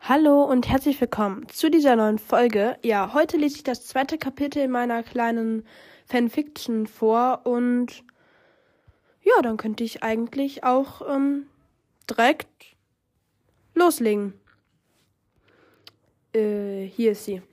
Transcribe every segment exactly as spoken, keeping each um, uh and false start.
Hallo und herzlich willkommen zu dieser neuen Folge. Ja, heute lese ich das zweite Kapitel in meiner kleinen Fanfiction vor und ja, dann könnte ich eigentlich auch ähm, direkt loslegen. Äh, hier ist sie.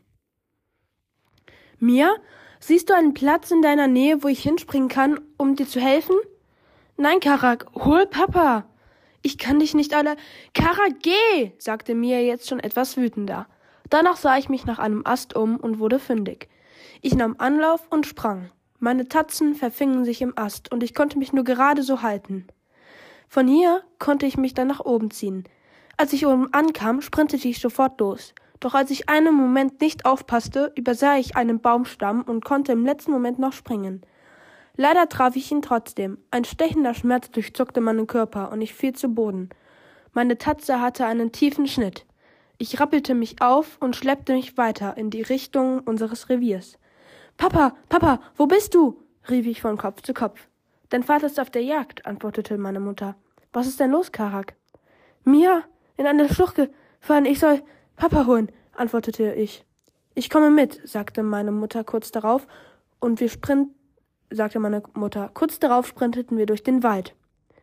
Mia, siehst du einen Platz in deiner Nähe, wo ich hinspringen kann, um dir zu helfen? Nein, Karak, hol Papa. Ich kann dich nicht alle... Kara, geh, sagte Mia jetzt schon etwas wütender. Danach sah ich mich nach einem Ast um und wurde fündig. Ich nahm Anlauf und sprang. Meine Tatzen verfingen sich im Ast und ich konnte mich nur gerade so halten. Von hier konnte ich mich dann nach oben ziehen. Als ich oben ankam, sprintete ich sofort los. Doch als ich einen Moment nicht aufpasste, übersah ich einen Baumstamm und konnte im letzten Moment noch springen. Leider traf ich ihn trotzdem. Ein stechender Schmerz durchzuckte meinen Körper und ich fiel zu Boden. Meine Tatze hatte einen tiefen Schnitt. Ich rappelte mich auf und schleppte mich weiter in die Richtung unseres Reviers. »Papa, Papa, wo bist du?« rief ich von Kopf zu Kopf. »Dein Vater ist auf der Jagd«, antwortete meine Mutter. »Was ist denn los, Karak?« »Mia, in eine Schlucht gefallen, ich soll Papa holen«, antwortete ich. »Ich komme mit«, sagte meine Mutter kurz darauf, und wir sprinteten, sagte meine Mutter. Kurz darauf sprinteten wir durch den Wald.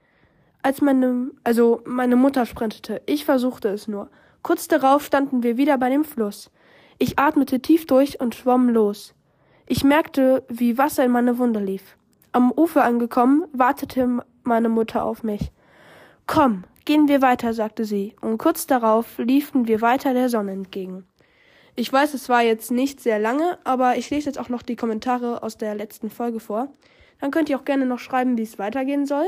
Als meine, also meine Mutter sprintete, ich versuchte es nur. Kurz darauf standen wir wieder bei dem Fluss. Ich atmete tief durch und schwamm los. Ich merkte, wie Wasser in meine Wunde lief. Am Ufer angekommen, wartete meine Mutter auf mich. »Komm, gehen wir weiter«, sagte sie, und kurz darauf liefen wir weiter der Sonne entgegen. Ich weiß, es war jetzt nicht sehr lange, aber ich lese jetzt auch noch die Kommentare aus der letzten Folge vor. Dann könnt ihr auch gerne noch schreiben, wie es weitergehen soll,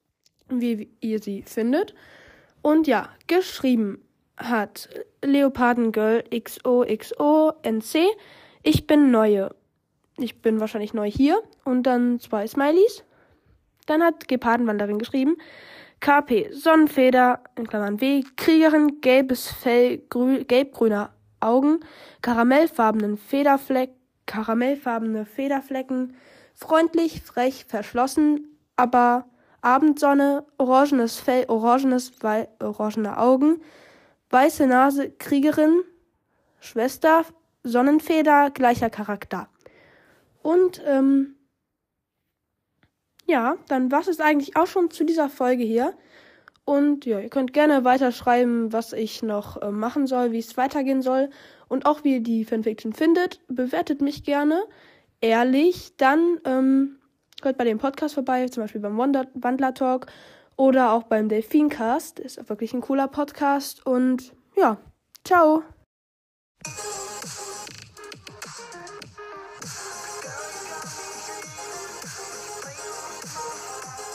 wie ihr sie findet. Und ja, geschrieben hat Leopardengirl X O X O N C. Ich bin Neue. Ich bin wahrscheinlich neu hier. Und dann zwei Smileys. Dann hat Gepardenwanderin geschrieben. K P Sonnenfeder, in Klammern W, Kriegerin, gelbes Fell, grü- gelb-grüner Augen, karamellfarbenen Federfleck, karamellfarbene Federflecken, freundlich, frech, verschlossen, aber Abendsonne, orangenes Fell, orangenes, wei- orangene Augen, weiße Nase, Kriegerin, Schwester, Sonnenfeder, gleicher Charakter. Und, ähm, ja, dann war es eigentlich auch schon zu dieser Folge hier. Und ja, ihr könnt gerne weiterschreiben, was ich noch äh, machen soll, wie es weitergehen soll und auch wie ihr die Fanfiction findet. Bewertet mich gerne, ehrlich. Dann ähm, hört bei dem Podcast vorbei, zum Beispiel beim Wonder- Wandler Talk oder auch beim Delfincast. Ist auch wirklich ein cooler Podcast. Und ja, ciao.